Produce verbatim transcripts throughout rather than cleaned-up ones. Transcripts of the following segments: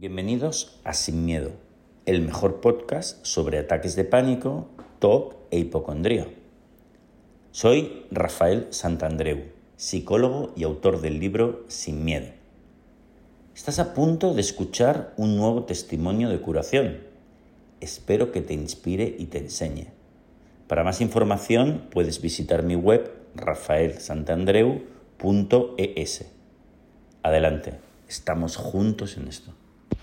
Bienvenidos a Sin Miedo, el mejor podcast sobre ataques de pánico, T O C e hipocondría. Soy Rafael Santandreu, psicólogo y autor del libro Sin Miedo. Estás a punto de escuchar un nuevo testimonio de curación. Espero que te inspire y te enseñe. Para más información puedes visitar mi web rafael santandreu punto e s. Adelante, estamos juntos en esto.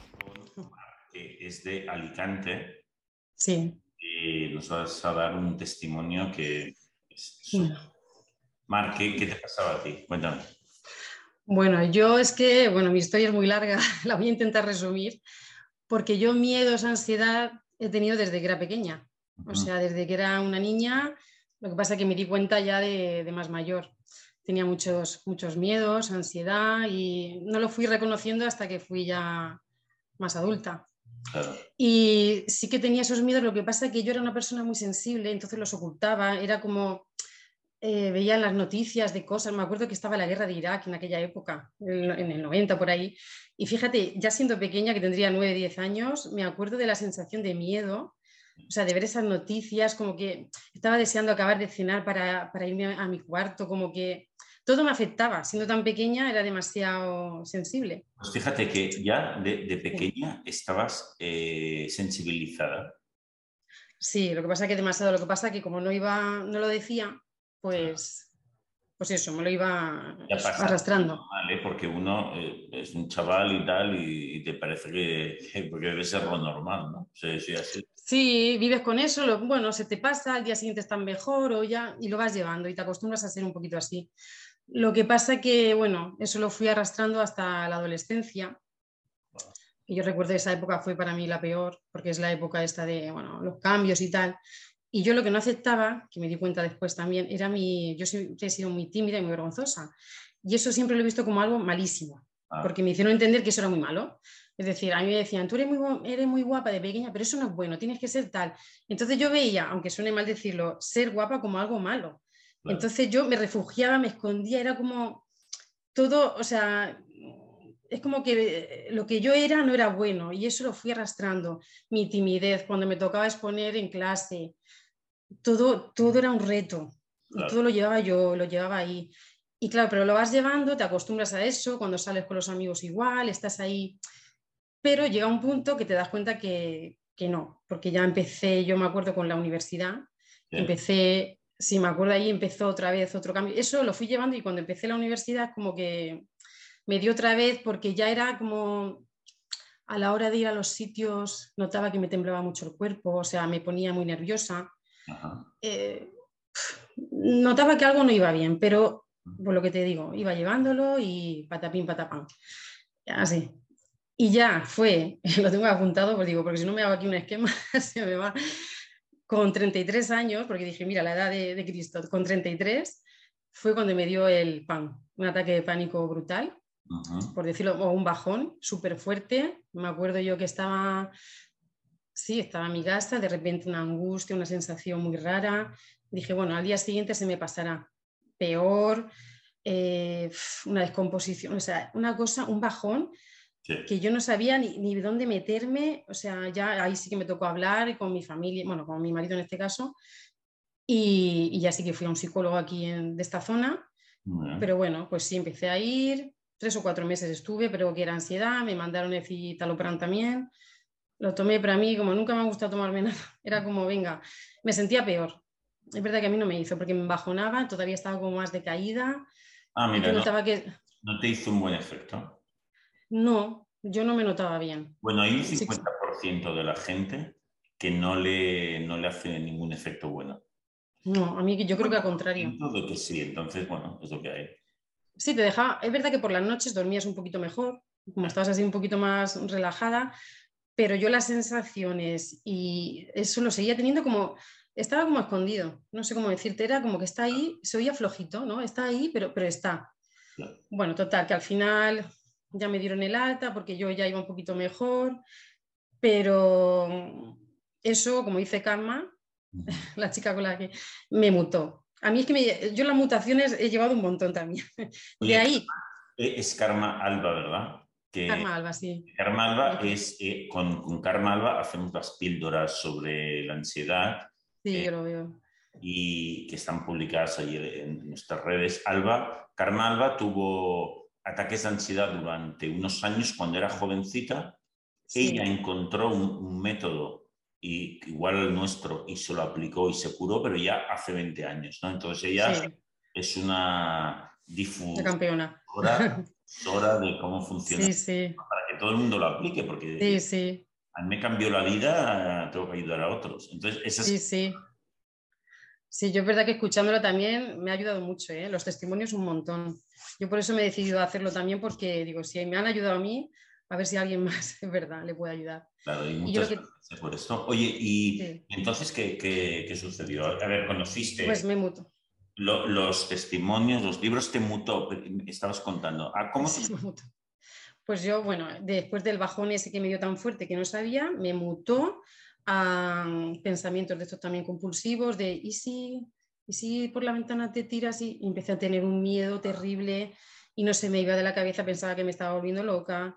Que es de Alicante. Sí. Y nos vas a dar un testimonio que es... Bueno. Mar, ¿qué, ¿qué te pasaba a ti? Cuéntame. Bueno, yo es que, bueno, mi historia es muy larga, la voy a intentar resumir, porque yo miedos, ansiedad he tenido desde que era pequeña, o sea, desde que era una niña, lo que pasa es que me di cuenta ya de, de más mayor. Tenía muchos, muchos miedos, ansiedad y no lo fui reconociendo hasta que fui ya más adulta. Claro. Y sí que tenía esos miedos, lo que pasa es que yo era una persona muy sensible, entonces los ocultaba, era como... Eh, veía las noticias de cosas, me acuerdo que estaba la guerra de Irak en aquella época, en, en el noventa por ahí, y fíjate, ya siendo pequeña, que tendría nueve, diez años, me acuerdo de la sensación de miedo, o sea, de ver esas noticias, como que estaba deseando acabar de cenar para, para irme a, a mi cuarto, como que todo me afectaba, siendo tan pequeña era demasiado sensible. Pues fíjate que ya de, de pequeña sí. estabas eh, sensibilizada. Sí, lo que pasa es que demasiado, lo que pasa es que como no iba, no lo decía, pues, pues eso, me lo iba Ya pasa, arrastrando. normal, ¿eh? Porque uno eh, es un chaval y tal y, y te parece que, que porque debe ser lo normal, ¿no? Sí, sí, así. Sí, vives con eso, lo, bueno, se te pasa, al día siguiente estás mejor o ya, y lo vas llevando y te acostumbras a ser un poquito así. Lo que pasa que, bueno, eso lo fui arrastrando hasta la adolescencia. Y yo recuerdo que esa época fue para mí la peor, porque es la época esta de, bueno, los cambios y tal. Y yo lo que no aceptaba, que me di cuenta después también, era mi, yo siempre he sido muy tímida y muy vergonzosa. Y eso siempre lo he visto como algo malísimo, Ah. porque me hicieron entender que eso era muy malo. Es decir, a mí me decían, tú eres muy, eres muy guapa de pequeña, pero eso no es bueno, tienes que ser tal. Entonces yo veía, aunque suene mal decirlo, ser guapa como algo malo. Claro. Entonces yo me refugiaba, me escondía, era como todo, o sea, es como que lo que yo era no era bueno y eso lo fui arrastrando. Mi timidez, cuando me tocaba exponer en clase, todo, todo era un reto y claro. Todo lo llevaba yo, lo llevaba ahí. Y claro, pero lo vas llevando, te acostumbras a eso, cuando sales con los amigos igual, estás ahí, pero llega un punto que te das cuenta que, que no, porque ya empecé, yo me acuerdo con la universidad, que empecé, si me acuerdo ahí, empezó otra vez otro cambio, eso lo fui llevando y cuando empecé la universidad como que me dio otra vez porque ya era como a la hora de ir a los sitios notaba que me temblaba mucho el cuerpo, o sea, me ponía muy nerviosa. Eh, notaba que algo no iba bien, pero por lo que te digo, iba llevándolo y patapín, patapán. Así. Y ya fue, lo tengo apuntado, pues digo, porque si no me hago aquí un esquema, se me va. Con treinta y tres años, porque dije, mira, la edad de, de Cristo, con treinta y tres fue cuando me dio el pan, un ataque de pánico brutal. Uh-huh. Por decirlo, o un bajón súper fuerte. Me acuerdo yo que estaba, sí, estaba en mi casa, de repente una angustia, una sensación muy rara. Dije, bueno, al día siguiente se me pasará. Peor, eh, una descomposición, o sea, una cosa, un bajón sí. Que yo no sabía ni, ni dónde meterme. O sea, ya ahí sí que me tocó hablar con mi familia, bueno, con mi marido en este caso, y, y ya sí que fui a un psicólogo aquí en, de esta zona. Uh-huh. Pero bueno, pues sí, empecé a ir. Tres o cuatro meses estuve, pero que era ansiedad, me mandaron el citalopram también, lo tomé, pero a mí como nunca me ha gustado tomarme nada, era como, venga, me sentía peor. Es verdad que a mí no me hizo, porque me bajonaba, todavía estaba como más decaída. Ah, mira, yo no, notaba que... no te hizo un buen efecto. No, yo no me notaba bien. Bueno, hay un cincuenta por ciento de la gente que no le, no le hace ningún efecto bueno. No, a mí yo creo que al contrario. De que sí, entonces, bueno, es lo que hay. Sí, te dejaba, es verdad que por las noches dormías un poquito mejor, como estabas así un poquito más relajada, pero yo las sensaciones y eso lo seguía teniendo como, estaba como escondido, no sé cómo decirte, era como que está ahí, se oía flojito, ¿no? Está ahí, pero, pero está. Claro. Bueno, total, que al final ya me dieron el alta porque yo ya iba un poquito mejor, pero eso, como dice Karma, uh-huh. La chica con la que me mutó. A mí es que me, yo las mutaciones he llevado un montón también. Oye, De ahí. Es Karma Alba, ¿verdad? que Karma Alba, sí. Karma Alba es, eh, con, con Karma Alba hacemos las píldoras sobre la ansiedad Sí, eh, yo lo veo. y que están publicadas ahí en nuestras redes. Alba, Karma Alba tuvo ataques de ansiedad durante unos años cuando era jovencita. Ella Sí, encontró un, un método y, igual al nuestro y se lo aplicó y se curó, pero ya hace veinte años, ¿no? Entonces ella sí, es una la difusora campeona. difusora de cómo funciona Sí, sí, para que todo el mundo lo aplique, sí, porque sí, a mí me cambió la vida, tengo que ayudar a otros. Entonces, esa sí, es... sí. Sí, yo es verdad que escuchándolo también me ha ayudado mucho, ¿eh? Los testimonios un montón. Yo por eso me he decidido a hacerlo también porque digo, si me han ayudado a mí, a ver si alguien más, es verdad, le puede ayudar. Claro, y Y yo lo muchas que, gracias por esto. Oye, ¿y sí, entonces qué, qué, qué sucedió? A ver, pues conociste me muto. lo, los testimonios, los libros, te mutó, estabas contando. Ah, ¿cómo te Sí, me muto. Pues yo, bueno, después del bajón ese que me dio tan fuerte que no sabía, me mutó a pensamientos de estos también compulsivos, de ¿y si, y si por la ventana te tiras? Y empecé a tener un miedo terrible y no se me iba de la cabeza, pensaba que me estaba volviendo loca.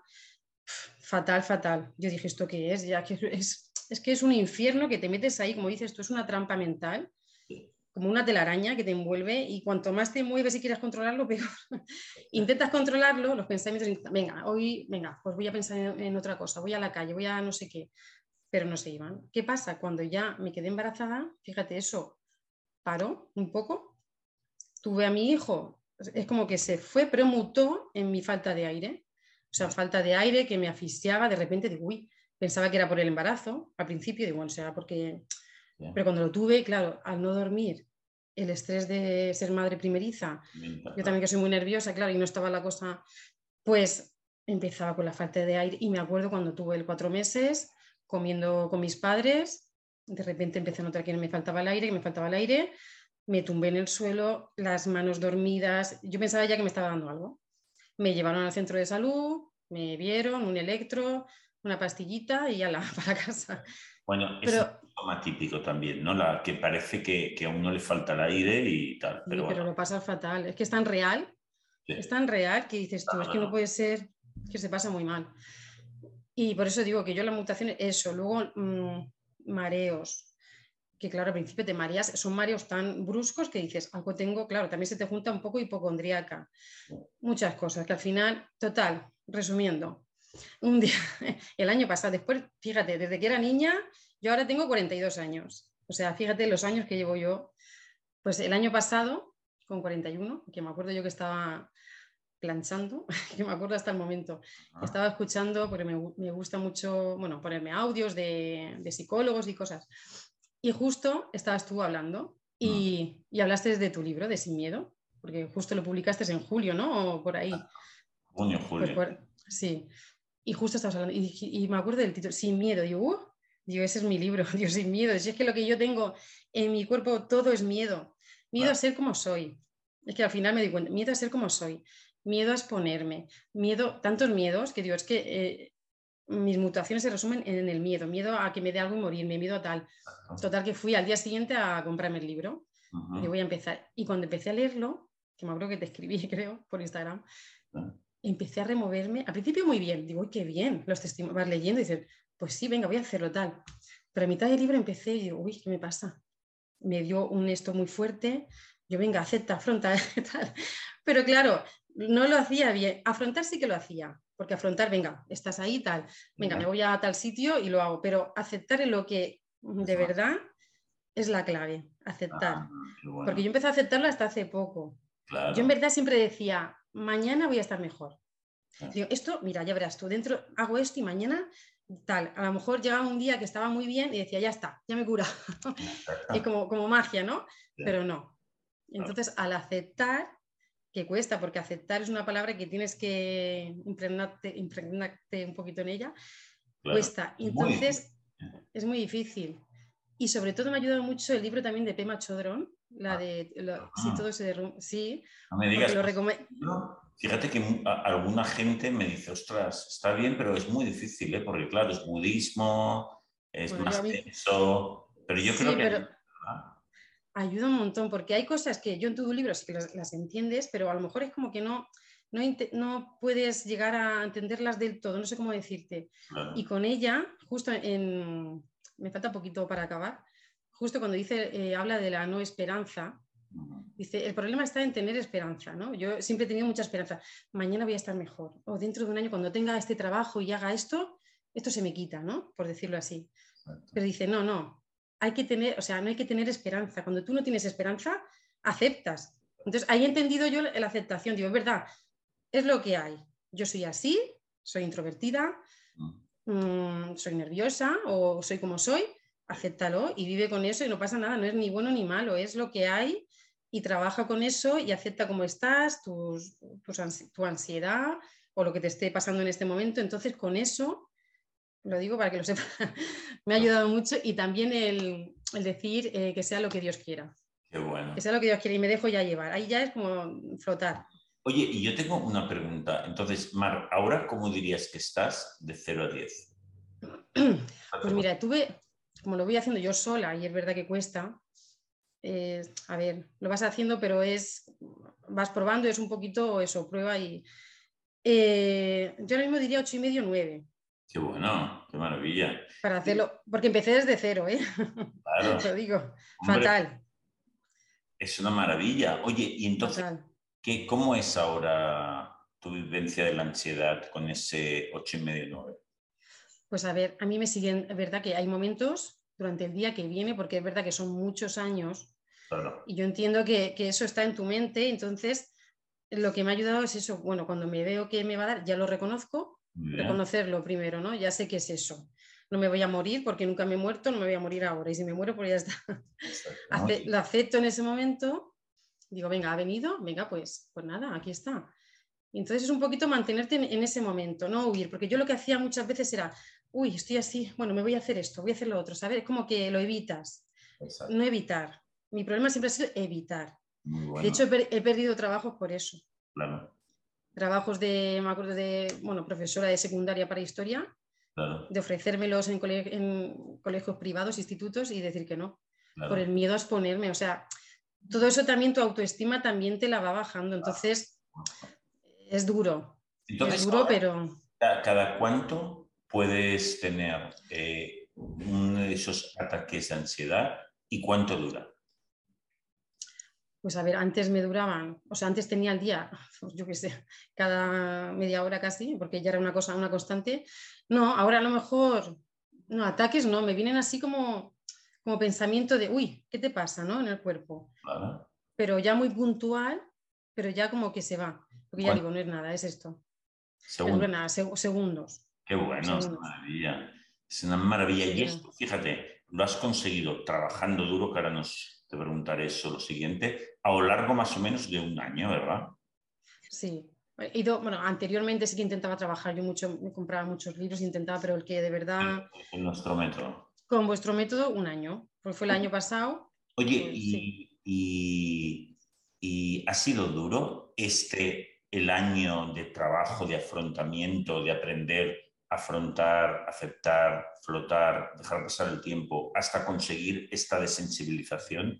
Fatal, fatal. Yo dije, ¿esto qué es? Ya que es, es que es un infierno que te metes ahí, como dices, esto es una trampa mental, como una telaraña que te envuelve y cuanto más te mueves y quieras controlarlo, peor. Intentas controlarlo, los pensamientos, venga, hoy, venga, pues voy a pensar en, en otra cosa, voy a la calle, voy a no sé qué, pero no se iban. ¿Qué pasa? Cuando ya me quedé embarazada, fíjate, eso paró un poco, tuve a mi hijo, es como que se fue, pero mutó en mi falta de aire. O sea, falta de aire que me asfixiaba, de repente digo, uy, pensaba que era por el embarazo, al principio digo, bueno, será porque... Pero cuando lo tuve, claro, al no dormir, el estrés de ser madre primeriza, yo también que soy muy nerviosa, claro, y no estaba la cosa, pues empezaba con la falta de aire y me acuerdo cuando tuve el cuatro meses comiendo con mis padres, de repente empecé a notar que me faltaba el aire, que me faltaba el aire, me tumbé en el suelo, las manos dormidas, yo pensaba ya que me estaba dando algo. Me llevaron al centro de salud, me vieron, un electro, una pastillita y ya la para casa. Bueno, es un Pero síntoma típico también, ¿no? La que parece que, que a uno le falta el aire y tal, sí, pero pero bueno, lo pasas fatal. Es que es tan real, sí, es tan real que dices tú, es que no claro. puede ser, que se pasa muy mal. Y por eso digo que yo la mutación, eso, luego mmm, mareos, que claro, al principio te mareas, son mareos tan bruscos que dices, algo tengo, claro, también se te junta un poco hipocondríaca, muchas cosas, que al final, total, resumiendo, un día, el año pasado, después, fíjate, desde que era niña, yo ahora tengo cuarenta y dos años, o sea, fíjate los años que llevo yo, pues el año pasado, con cuarenta y uno, que me acuerdo yo que estaba planchando, que me acuerdo hasta el momento. Ajá. Estaba escuchando, porque me, me gusta mucho, bueno, ponerme audios de, de, psicólogos y cosas. Y justo estabas tú hablando Mm. y, y hablaste de tu libro, de Sin Miedo, porque justo lo publicaste en julio, ¿no? O por ahí. Junio, Pues julio. por, sí. Y justo estabas hablando. Y, y me acuerdo del título, Sin Miedo. Digo, uh, digo, ese es mi libro, Dios, Sin Miedo. Si es que lo que yo tengo en mi cuerpo, todo es miedo. Miedo a Claro. ser como soy. Es que al final me di cuenta, miedo a ser como soy, miedo a exponerme, miedo, tantos miedos que digo, es que eh, mis mutaciones se resumen en el miedo, miedo a que me dé algo y morirme, miedo a tal. Total, que fui al día siguiente a comprarme el libro y digo, Ujú. voy a empezar. Y cuando empecé a leerlo, que me acuerdo que te escribí, creo, por Instagram, empecé a removerme. Al principio muy bien, digo, uy, qué bien, los testimonios, vas leyendo y dices, pues sí, venga, voy a hacerlo tal. Pero a mitad del libro empecé y digo, uy, ¿qué me pasa? Me dio un esto muy fuerte, yo venga, acepta, afronta, tal. Pero claro, no lo hacía bien. Afrontar sí que lo hacía, porque afrontar, venga, estás ahí, tal, venga, me Venga. voy a tal sitio y lo hago, pero aceptar en lo que Es de más. verdad es la clave, Ah, aceptar. qué Porque bueno. yo empecé a aceptarlo hasta hace poco. Yo en Claro. verdad siempre decía, mañana voy a estar mejor. Claro. Digo, esto, mira, ya verás tú, dentro hago esto y mañana tal. A lo mejor llegaba un día que estaba muy bien y decía, ya está, ya me he curado. Es como, como magia, ¿no? Sí, Pero no. claro. Entonces, al aceptar, que cuesta, porque aceptar es una palabra que tienes que impregnarte, impregnarte un poquito en ella, Claro. cuesta. Muy difícil. Entonces, es muy difícil. Y sobre todo me ha ayudado mucho el libro también de Pema Chodron, la Ah, de lo, Si ah. todo se derrumba. Sí, No me porque digas, lo pues, recomiendo. no. Fíjate que mu- a- alguna gente me dice, ostras, está bien, pero es muy difícil, ¿eh? Porque claro, es budismo, es Bueno, yo a más mí. denso, pero yo creo Sí, que... pero ¿verdad? ayuda un montón, porque hay cosas que yo en tu libro sí que las, las entiendes, pero a lo mejor es como que no, no, no puedes llegar a entenderlas del todo, no sé cómo decirte. Claro. Y con ella, justo en, me falta poquito para acabar, justo cuando dice, eh, habla de la no esperanza, dice, el problema está en tener esperanza, ¿no? Yo siempre he tenido mucha esperanza. Mañana voy a estar mejor. O dentro de un año, cuando tenga este trabajo y haga esto, esto se me quita, ¿no? Por decirlo así. Exacto. Pero dice, no, no. Hay que tener, o sea, no hay que tener esperanza. Cuando tú no tienes esperanza, aceptas. Entonces, ahí he entendido yo la aceptación. Digo, es verdad, es lo que hay. Yo soy así, soy introvertida, mmm, soy nerviosa o soy como soy. Acéptalo y vive con eso y no pasa nada. No es ni bueno ni malo, es lo que hay. Y trabaja con eso y acepta cómo estás, tus, tus ansi tu ansiedad o lo que te esté pasando en este momento. Entonces, con eso, lo digo para que lo sepa, me ha ayudado mucho y también el, el decir eh, que sea lo que Dios quiera. Qué bueno. Que sea lo que Dios quiera y me dejo ya llevar. Ahí ya es como flotar. Oye, y yo tengo una pregunta. Entonces, Mar, ¿ahora cómo dirías que estás de cero a diez? Pues mira, tuve, como lo voy haciendo yo sola y es verdad que cuesta, Eh, a ver, lo vas haciendo, pero es, vas probando, es un poquito eso, prueba y... Eh, yo ahora mismo diría ocho y medio, nueve. Qué bueno, qué maravilla. Para hacerlo, porque empecé desde cero, ¿eh? Claro. Lo digo, Hombre, fatal. es una maravilla. Oye, y entonces, Fatal. ¿qué, ¿cómo es ahora tu vivencia de la ansiedad con ese ocho y medio, nueve? Pues a ver, a mí me siguen, es verdad que hay momentos durante el día que viene, porque es verdad que son muchos años, Claro. y yo entiendo que, que eso está en tu mente, entonces lo que me ha ayudado es eso, bueno, cuando me veo que me va a dar, ya lo reconozco, reconocerlo primero, ¿no? Ya sé que es eso. No me voy a morir porque nunca me he muerto, no me voy a morir ahora, y si me muero, pues ya está. Ace lo acepto en ese momento, digo, venga, ha venido, venga, pues, pues nada, aquí está. Y entonces es un poquito mantenerte en, en ese momento, no huir, porque yo lo que hacía muchas veces era, uy, estoy así, bueno, me voy a hacer esto, voy a hacer lo otro, ¿sabes? Es como que lo evitas. Exacto. No evitar. Mi problema siempre ha sido evitar. Muy bueno. De hecho, he, per he perdido trabajos por eso. Claro. Trabajos de, me acuerdo de, bueno, profesora de secundaria para historia, claro, de ofrecérmelos en, cole en colegios privados, institutos y decir que no, claro, por el miedo a exponerme. O sea, todo eso también, tu autoestima también te la va bajando. Entonces, es duro. Entonces, es duro, ahora, pero... ¿cada cuánto puedes tener eh, uno de esos ataques de ansiedad y cuánto dura? Pues a ver, antes me duraban, o sea, antes tenía el día, yo qué sé, cada media hora casi, porque ya era una cosa, una constante. No, ahora a lo mejor, no, ataques no, me vienen así como, como pensamiento de, uy, ¿qué te pasa, no? En el cuerpo. Claro. Pero ya muy puntual, pero ya como que se va. Porque ya digo, no es nada, es esto. Segundos. No es nada, seg segundos. Qué bueno, segundos. es una maravilla. Es una maravilla. Y esto, fíjate, lo has conseguido trabajando duro, que ahora nos te preguntaré eso lo siguiente, a lo largo más o menos de un año, ¿verdad? Sí. He ido, bueno, anteriormente sí que intentaba trabajar, yo mucho, me compraba muchos libros, intentaba, pero el que de verdad... En nuestro método. Con vuestro método, un año, porque fue el año pasado. Oye, pues, y, sí. y, y ha sido duro este, el año de trabajo, de afrontamiento, de aprender a afrontar, aceptar, flotar, dejar pasar el tiempo, hasta conseguir esta desensibilización.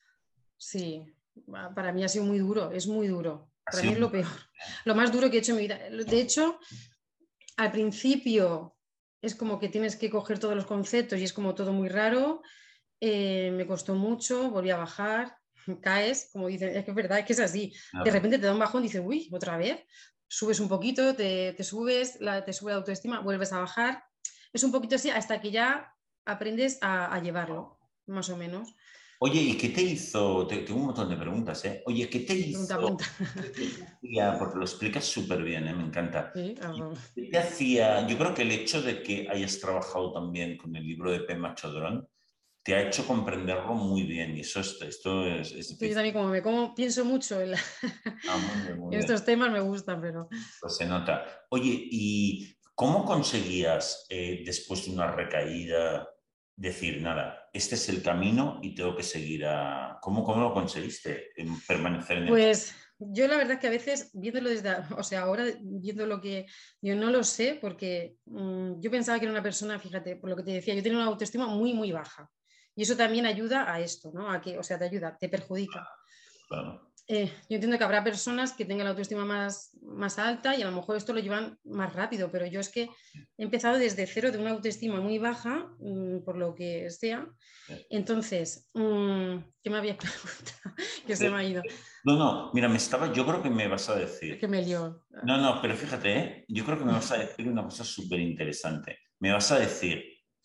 Sí, para mí ha sido muy duro, es muy duro. Para mí es lo peor, lo más duro que he hecho en mi vida. De hecho, al principio es como que tienes que coger todos los conceptos y es como todo muy raro. Eh, me costó mucho, volví a bajar, caes, como dicen, es que es verdad, es que es así. De repente te da un bajón y dices, uy, otra vez. Subes un poquito, te, te subes, la, te sube la autoestima, vuelves a bajar. Es un poquito así hasta que ya aprendes a, a llevarlo, más o menos. Oye, ¿y qué te hizo? Te, tengo un montón de preguntas, ¿eh? Oye, ¿qué te Pregunta, hizo? pregunta. ¿Qué te hacía? Porque lo explicas súper bien, ¿eh? Me encanta. Sí, ah, ¿Qué te hacía? Yo creo que el hecho de que hayas trabajado también con el libro de Pema Chodron te ha hecho comprenderlo muy bien y eso es, esto es, es yo difícil. también como me como, pienso mucho en, la... Ah, muy bien, muy en bien. estos temas, me gustan, pero... Pues se nota. Oye, ¿y cómo conseguías eh, después de una recaída decir, nada, este es el camino y tengo que seguir a... ¿Cómo, cómo lo conseguiste? En permanecer en el camino. Pues yo la verdad es que a veces viéndolo desde, o sea, ahora viendo lo que yo no lo sé porque mmm, yo pensaba que era una persona, fíjate, por lo que te decía, yo tenía una autoestima muy, muy baja y eso también ayuda a esto, ¿no? A que, o sea, te ayuda, te perjudica. Claro. Eh, yo entiendo que habrá personas que tengan la autoestima más, más alta y a lo mejor esto lo llevan más rápido, pero yo es que he empezado desde cero de una autoestima muy baja, mmm, por lo que sea. Entonces, mmm, ¿qué me habías preguntado? Que se me ha ido. No, no, mira, me estaba, yo creo que me vas a Es decir. que me lío. No, no, pero fíjate, ¿eh? Yo creo que me vas a decir una cosa súper interesante. Me vas a decir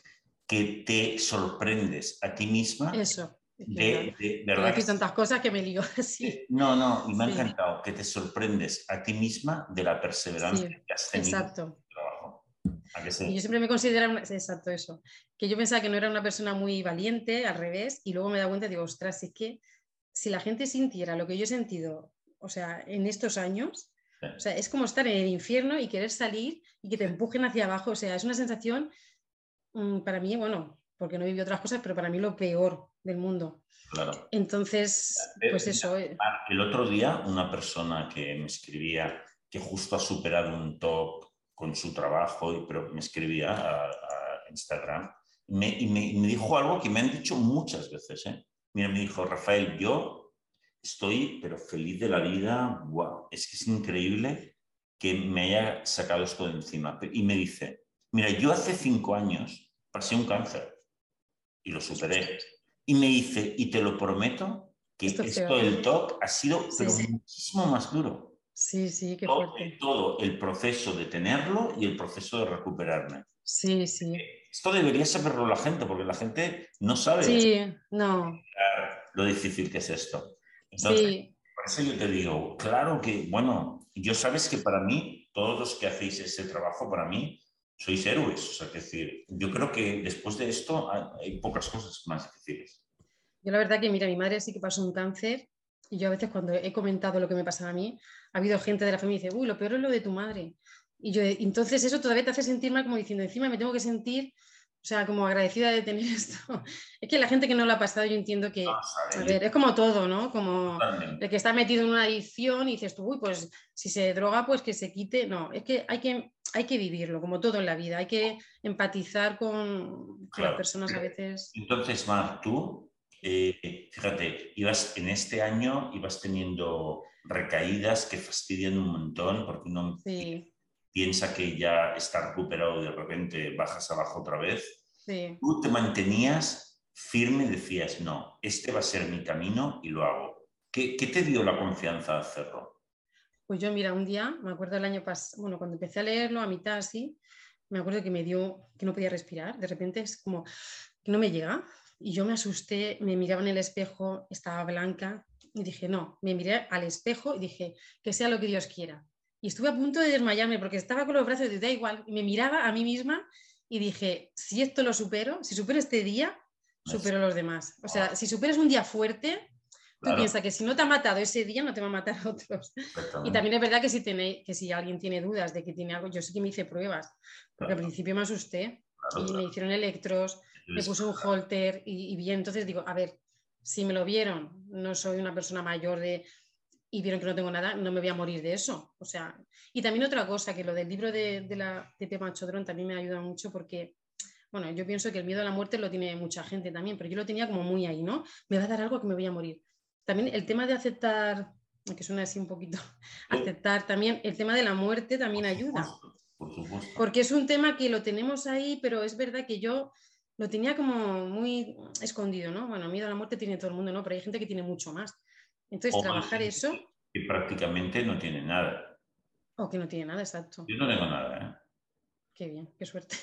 que te sorprendes a ti misma Eso, es que ya, de, de quiero ¿verdad? decir tantas cosas que me lío. Sí, No, no, y me ha sí, encantado que te sorprendes a ti misma de la perseverancia sí, que has tenido en exacto. tu trabajo. ¿A que Y yo sí? siempre me considero, una, exacto eso, que yo pensaba que no era una persona muy valiente, al revés, y luego me da cuenta y digo, ostras, es que si la gente sintiera lo que yo he sentido, o sea, en estos años, Sí, o sea, es como estar en el infierno y querer salir y que te sí, empujen hacia abajo, o sea, es una sensación, mmm, para mí, bueno, porque no he vivido otras cosas, pero para mí lo peor del mundo. claro. Entonces, Eh, pues eso, eh, El otro día, una persona que me escribía que justo ha superado un top con su trabajo, y- pero me escribía a, a Instagram y me, y me- y me dijo algo que me han dicho muchas veces, ¿eh? Mira, me dijo, Rafael, yo estoy pero feliz de la vida, wow, es que es increíble que me haya sacado esto de encima. Y me dice, mira, yo hace cinco años pasé un cáncer y lo superé. Y me dice, y te lo prometo, que esto es esto peor. del T O C ha sido, Sí, pero muchísimo más duro. sí, sí, qué Todo, fuerte. todo el proceso de tenerlo y el proceso de recuperarme. Sí, sí. Esto debería saberlo la gente, porque la gente no sabe Sí, no, lo difícil que es esto. Entonces, sí. por eso yo te digo, claro que, bueno, yo sabes que para mí, todos los que hacéis ese trabajo, para mí, sois héroes. O sea, es decir, yo creo que después de esto hay, hay pocas cosas más difíciles. Yo la verdad que, mira, mi madre sí que pasó un cáncer y yo a veces cuando he comentado lo que me pasaba a mí, ha habido gente de la familia que dice, uy, lo peor es lo de tu madre. Y yo, entonces eso todavía te hace sentir mal como diciendo, encima me tengo que sentir, o sea, como agradecida de tener esto. Es que la gente que no lo ha pasado, yo entiendo que, Vamos a a ver, yo ver, es como todo, ¿no? Como el totalmente. que está metido en una adicción y dices tú, uy, pues si se droga, pues que se quite. No, es que hay que, hay que vivirlo, como todo en la vida, hay que empatizar con, con las Claro. personas a veces. Entonces, Mar, tú, eh, fíjate, ibas en este año, ibas teniendo recaídas que fastidian un montón porque uno Sí, piensa que ya está recuperado y de repente bajas abajo otra vez. sí. Tú te mantenías firme y decías, no, este va a ser mi camino y lo hago. ¿Qué, qué te dio la confianza de hacerlo? Pues yo, mira, un día, me acuerdo el año pasado, bueno, cuando empecé a leerlo, a mitad así, me acuerdo que me dio, que no podía respirar, de repente es como que no me llega, y yo me asusté, me miraba en el espejo, estaba blanca, y dije, no, me miré al espejo y dije, que sea lo que Dios quiera. Y estuve a punto de desmayarme porque estaba con los brazos de da igual, y me miraba a mí misma y dije, si esto lo supero, si supero este día, Es- supero los demás. O ah, sea, si superas un día fuerte, tú claro, piensas que si no te ha matado ese día, no te va a matar otros. Y perfectamente. también es verdad que si, tenéis, que si alguien tiene dudas de que tiene algo, yo sí que me hice pruebas, porque al Claro, principio me asusté claro, y me claro. hicieron electros, me puse un holter y, y bien, entonces digo, a ver, si me lo vieron, no soy una persona mayor de, y vieron que no tengo nada, no me voy a morir de eso. O sea, y también otra cosa, que lo del libro de, de la de Pema Chodrón también me ayuda mucho porque, bueno, yo pienso que el miedo a la muerte lo tiene mucha gente también, pero yo lo tenía como muy ahí, ¿no? Me va a dar algo que me voy a morir. También el tema de aceptar, que suena así un poquito, Sí, aceptar también, el tema de la muerte también por ayuda, supuesto, por supuesto. porque es un tema que lo tenemos ahí, pero es verdad que yo lo tenía como muy escondido, ¿no? Bueno, miedo a la muerte tiene todo el mundo, ¿no? Pero hay gente que tiene mucho más. Entonces, O hay trabajar gente eso, que prácticamente no tiene nada. o que no tiene nada, exacto. Yo no tengo nada, ¿eh? Qué bien, qué suerte.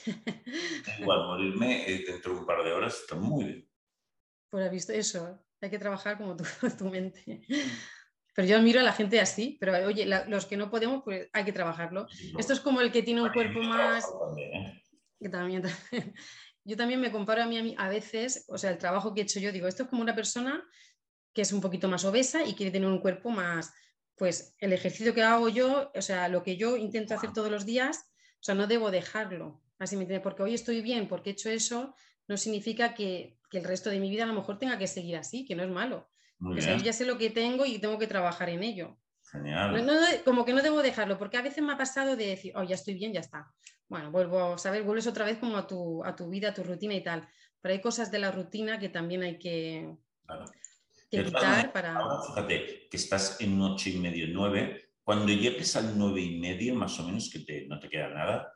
Igual morirme eh, dentro de un par de horas está muy bien. Pues has visto eso, hay que trabajar como tu, tu mente. Pero yo admiro a la gente así, pero oye, la, los que no podemos, pues hay que trabajarlo. Sin Esto es problema. como el que tiene un Bueno, yo cuerpo he más, trabajado también, ¿eh? que también, también. Yo también me comparo a mí, a mí a veces, o sea, el trabajo que he hecho yo, digo, esto es como una persona que es un poquito más obesa y quiere tener un cuerpo más, pues el ejercicio que hago yo, o sea, lo que yo intento hacer todos los días, o sea, no debo dejarlo, así me entiendes, porque hoy estoy bien, porque he hecho eso, no significa que, que el resto de mi vida a lo mejor tenga que seguir así, que no es malo. Muy O sea, yo bien, ya sé lo que tengo y tengo que trabajar en ello. No, genial. no, como que no debo dejarlo, porque a veces me ha pasado de decir, oh, ya estoy bien, ya está. Bueno, vuelvo, ¿sabes? Vuelves otra vez como a tu, a tu vida, a tu rutina y tal. Pero hay cosas de la rutina que también hay que, Claro. que quitar para... Ahora fíjate que estás en un ocho y medio, nueve. Cuando llegues al nueve y medio, más o menos, que te, no te queda nada,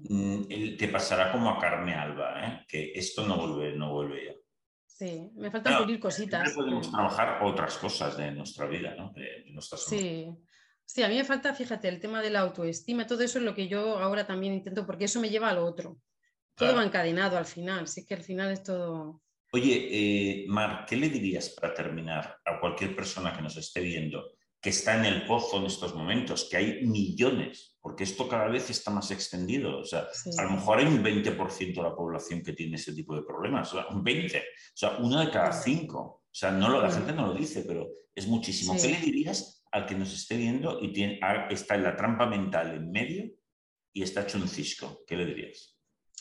te pasará como a Carme Alba, ¿eh? Que esto no vuelve, no vuelve ya. Sí, me faltan Claro, pulir siempre cositas. podemos trabajar otras cosas de nuestra vida, ¿no? De, de nuestras Sí, sí, a mí me falta, fíjate, el tema de la autoestima, todo eso es lo que yo ahora también intento, porque eso me lleva a lo otro. Todo Claro. va encadenado al final, sí que al final es todo... Oye, eh, Mar, ¿qué le dirías para terminar a cualquier persona que nos esté viendo, que está en el pozo en estos momentos, que hay millones, porque esto cada vez está más extendido? O sea, Sí, a lo mejor hay un veinte por ciento de la población que tiene ese tipo de problemas, o sea, un veinte, o sea, uno de cada mm, cinco. O sea, no lo, la gente ujú, no lo dice, pero es muchísimo. ¿Qué le sí. dirías al que nos esté viendo y tiene, está en la trampa mental en medio y está hecho un cisco? ¿Qué le dirías?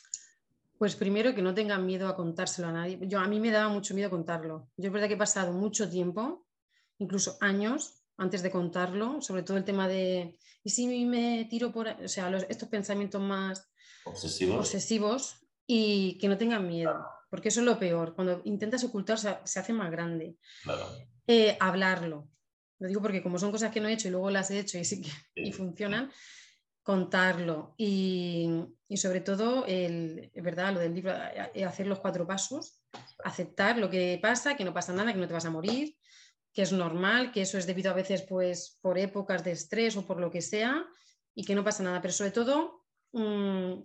Pues primero que no tengan miedo a contárselo a nadie. Yo, a mí me daba mucho miedo contarlo. Yo es verdad que he pasado mucho tiempo, incluso años, antes de contarlo, sobre todo el tema de, ¿y si me tiro por, o sea, los, estos pensamientos más ¿Obsesivos? obsesivos y que no tengan miedo, porque eso es lo peor. Cuando intentas ocultar se, se hace más grande. Claro. Eh, hablarlo. Lo digo porque como son cosas que no he hecho y luego las he hecho y sí que y Sí. funcionan, contarlo y, y sobre todo, el, ¿verdad? Lo del libro, hacer los cuatro pasos, aceptar lo que pasa, que no pasa nada, que no te vas a morir, que es normal, que eso es debido a veces pues por épocas de estrés o por lo que sea y que no pasa nada, pero sobre todo mmm,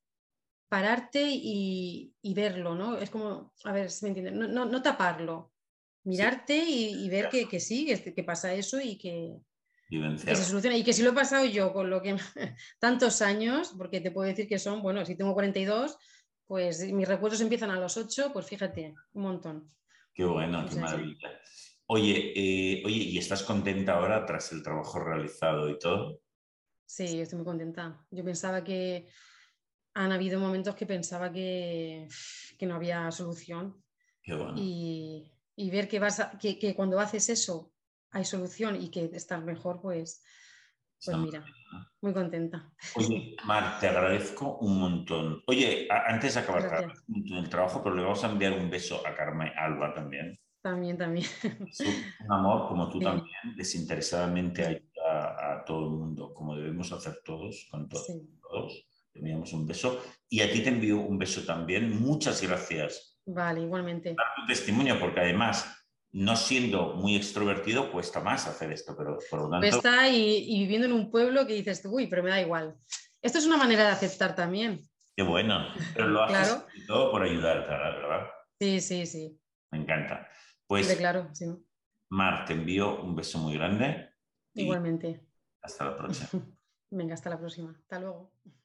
pararte y, y, verlo, ¿no? Es como, a ver si me entiendes, no, no, no taparlo, Sí, mirarte y, y ver que, que, sí, que, que pasa eso y que, y que se vivenciar. soluciona. Y que si lo he pasado yo con lo que tantos años, porque te puedo decir que son, bueno, si tengo cuarenta y dos, pues mis recuerdos empiezan a los ocho, pues fíjate, un montón. Qué bueno, O qué sea que maravilla. Oye, eh, oye, ¿y estás contenta ahora tras el trabajo realizado y todo? sí, estoy muy contenta. Yo pensaba que han habido momentos que pensaba que, que no había solución Qué bueno. y, y ver que, vas a, que, que cuando haces eso hay solución y que estás mejor, pues, pues mira, muy contenta. Oye, Mar, te agradezco un montón. Oye, a- antes de acabar, te Gracias. agradezco un montón el trabajo, pero le vamos a enviar un beso a Carmen Alba también. También, también. Es un un amor, como tú Sí, también, desinteresadamente sí, ayuda a todo el mundo, como debemos hacer todos, con to- sí. todos. Te enviamos un beso. Y a ti te envío un beso también. Muchas gracias Vale, igualmente. por tu testimonio, porque además, no siendo muy extrovertido, cuesta más hacer esto, pero por lo tanto, Está y, y viviendo en un pueblo que dices tú, uy, pero me da igual. Esto es una manera de aceptar también. qué bueno. Pero lo haces Claro. sobre todo por ayudar, ¿verdad? Sí, sí, sí. Me encanta. Hombre, Pues, claro, sí. Mar, te envío un beso muy grande y Igualmente. hasta la próxima. Venga, hasta la próxima. Hasta luego.